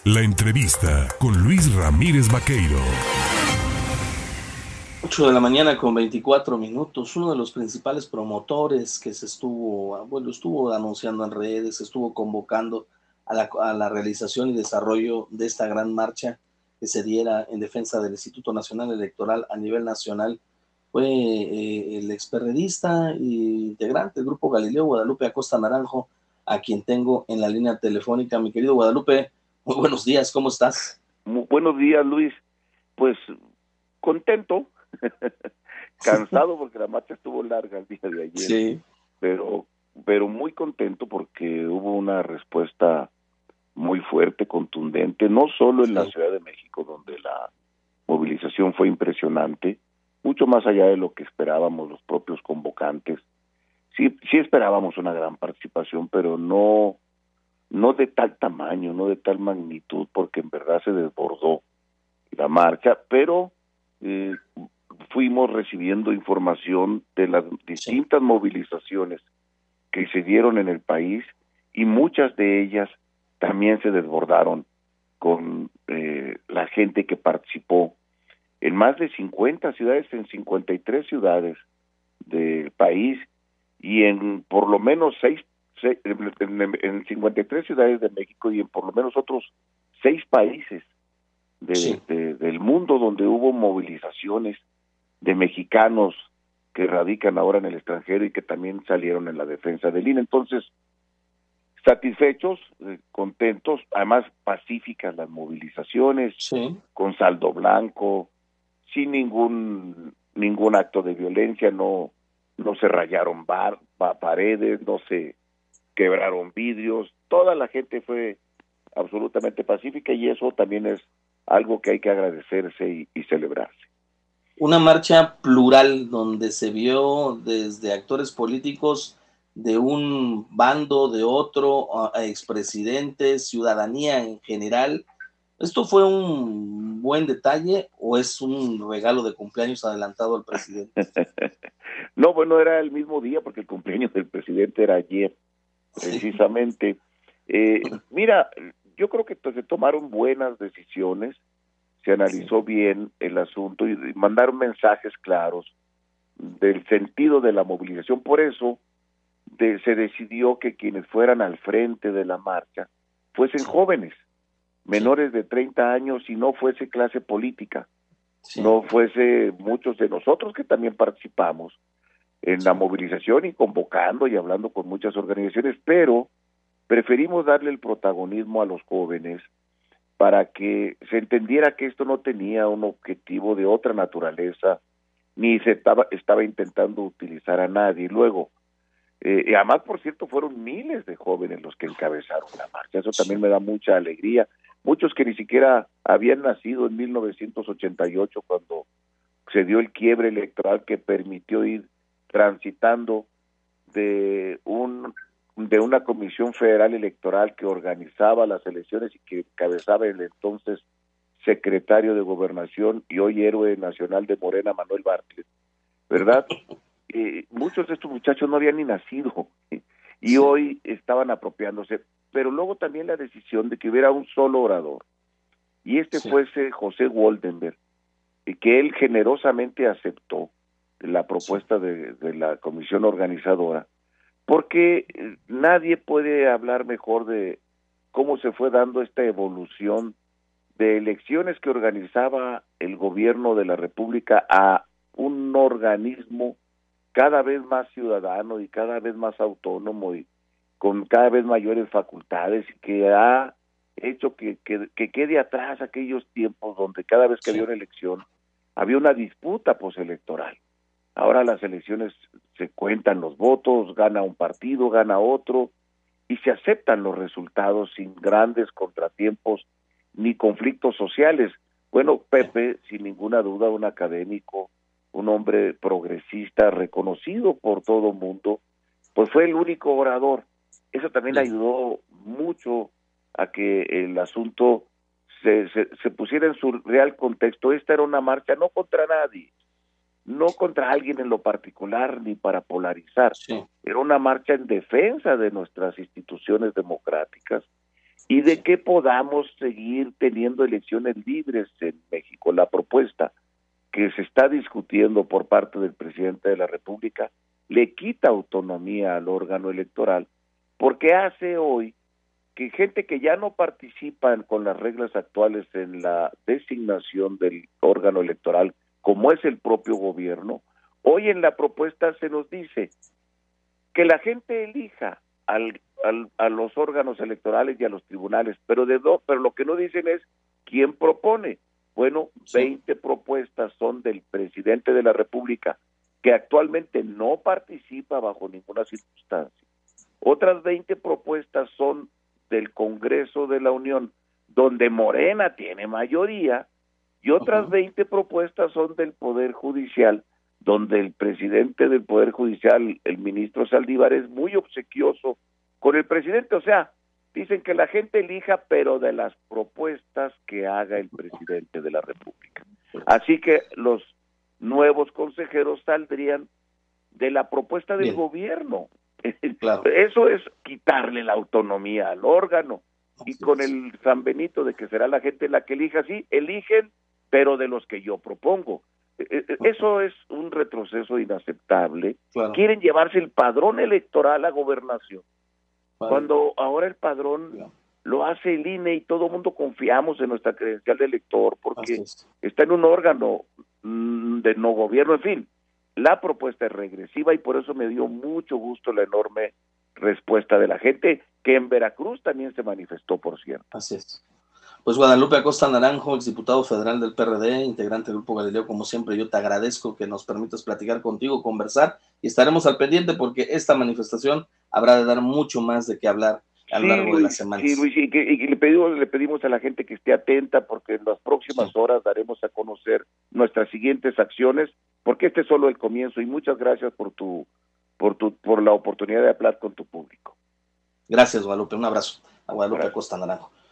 La entrevista con Luis Ramírez Vaqueiro. 8 de la mañana con 24 minutos. Uno de los principales promotores que estuvo anunciando en redes, estuvo convocando a la realización y desarrollo de esta gran marcha que se diera en defensa del Instituto Nacional Electoral a nivel nacional, fue el experredista e integrante del Grupo Galileo, Guadalupe Acosta Naranjo, a quien tengo en la línea telefónica. Mi querido Guadalupe, muy buenos días, ¿cómo estás? Muy buenos días, Luis. Pues contento, cansado porque la marcha estuvo larga el día de ayer, Sí, pero muy contento porque hubo una respuesta muy fuerte, contundente, no solo en la sí, Ciudad de México, donde la movilización fue impresionante, mucho más allá de lo que esperábamos los propios convocantes. Sí esperábamos una gran participación, pero no de tal tamaño, no de tal magnitud, porque en verdad se desbordó la marcha, pero fuimos recibiendo información de las sí. distintas movilizaciones que se dieron en el país y muchas de ellas también se desbordaron con la gente que participó en más de 50 ciudades, en 53 ciudades del país y en por lo menos en 53 ciudades de México y en por lo menos otros 6 países Sí, del mundo donde hubo movilizaciones de mexicanos que radican ahora en el extranjero y que también salieron en la defensa del INE. Entonces, satisfechos, contentos, además pacíficas las movilizaciones, sí. con saldo blanco, sin ningún acto de violencia, no se rayaron paredes, no se quebraron vidrios, toda la gente fue absolutamente pacífica y eso también es algo que hay que agradecerse y celebrarse. Una marcha plural donde se vio desde actores políticos de un bando, de otro, a expresidentes, ciudadanía en general. ¿Esto fue un buen detalle o es un regalo de cumpleaños adelantado al presidente? No, bueno, era el mismo día porque el cumpleaños del presidente era ayer, Sí, precisamente. Mira, yo creo que se tomaron buenas decisiones, se sí, analizó bien el asunto y mandaron mensajes claros del sentido de la movilización. Por eso se decidió que quienes fueran al frente de la marcha fuesen sí, jóvenes, sí, menores de 30 años y no fuese clase política, sí, no fuese muchos de nosotros que también participamos en la sí. movilización y convocando y hablando con muchas organizaciones, pero preferimos darle el protagonismo a los jóvenes para que se entendiera que esto no tenía un objetivo de otra naturaleza, ni se estaba intentando utilizar a nadie. Luego, y además, por cierto, fueron miles de jóvenes los que encabezaron la marcha, eso también Sí. me da mucha alegría, muchos que ni siquiera habían nacido en 1988 cuando se dio el quiebre electoral que permitió ir transitando de una comisión federal electoral que organizaba las elecciones y que encabezaba el entonces secretario de Gobernación y hoy héroe nacional de Morena, Manuel Bartlett, ¿verdad? Muchos de estos muchachos no habían ni nacido y Sí, hoy estaban apropiándose, pero luego también la decisión de que hubiera un solo orador y este sí, fuese José Woldenberg, y que él generosamente aceptó la sí, propuesta de la comisión organizadora, porque nadie puede hablar mejor de cómo se fue dando esta evolución de elecciones que organizaba el gobierno de la República a un organismo cada vez más ciudadano y cada vez más autónomo y con cada vez mayores facultades y que ha hecho que quede atrás aquellos tiempos donde cada vez que había sí. una elección había una disputa postelectoral. Ahora las elecciones se cuentan los votos, gana un partido, gana otro, y se aceptan los resultados sin grandes contratiempos ni conflictos sociales. Bueno, Sí. Pepe, sin ninguna duda, un académico, un hombre progresista reconocido por todo el mundo, pues fue el único orador. Eso también Bien. ayudó mucho a que el asunto se pusiera en su real contexto. Esta era una marcha no contra nadie, no contra alguien en lo particular ni para polarizar. Sí, Era una marcha en defensa de nuestras instituciones democráticas y de que podamos seguir teniendo elecciones libres en México. La propuesta que se está discutiendo por parte del presidente de la República le quita autonomía al órgano electoral, porque hace hoy que gente que ya no participan con las reglas actuales en la designación del órgano electoral, como es el propio gobierno, hoy en la propuesta se nos dice que la gente elija a los órganos electorales y a los tribunales, pero lo que no dicen es quién propone. Bueno, 20 propuestas son del presidente de la República, que actualmente no participa bajo ninguna circunstancia. Otras 20 propuestas son del Congreso de la Unión, donde Morena tiene mayoría, y otras 20 propuestas son del Poder Judicial, donde el presidente del Poder Judicial, el ministro Saldívar, es muy obsequioso con el presidente. O sea, dicen que la gente elija, pero de las propuestas que haga el presidente de la República. Así que los nuevos consejeros saldrían de la propuesta del gobierno. Claro. Eso es quitarle la autonomía al órgano. Y con el San Benito de que será la gente la que elija, sí, eligen, pero de los que yo propongo. Eso es un retroceso inaceptable. Claro. Quieren llevarse el padrón electoral a gobernación, cuando ahora el padrón lo hace el INE y todo el mundo confiamos en nuestra credencial de elector porque está en un órgano de no gobierno. En fin, la propuesta es regresiva y por eso me dio mucho gusto la enorme respuesta de la gente, que en Veracruz también se manifestó, por cierto. Así es. Pues Guadalupe Acosta Naranjo, exdiputado federal del PRD, integrante del Grupo Galileo, como siempre, yo te agradezco que nos permitas platicar contigo, conversar, y estaremos al pendiente porque esta manifestación habrá de dar mucho más de qué hablar a lo largo de las semanas. Sí, Luis, y le pedimos a la gente que esté atenta porque en las próximas horas daremos a conocer nuestras siguientes acciones, porque este es solo el comienzo, y muchas gracias por la oportunidad de hablar con tu público. Gracias, Guadalupe, un abrazo a Guadalupe Acosta Naranjo.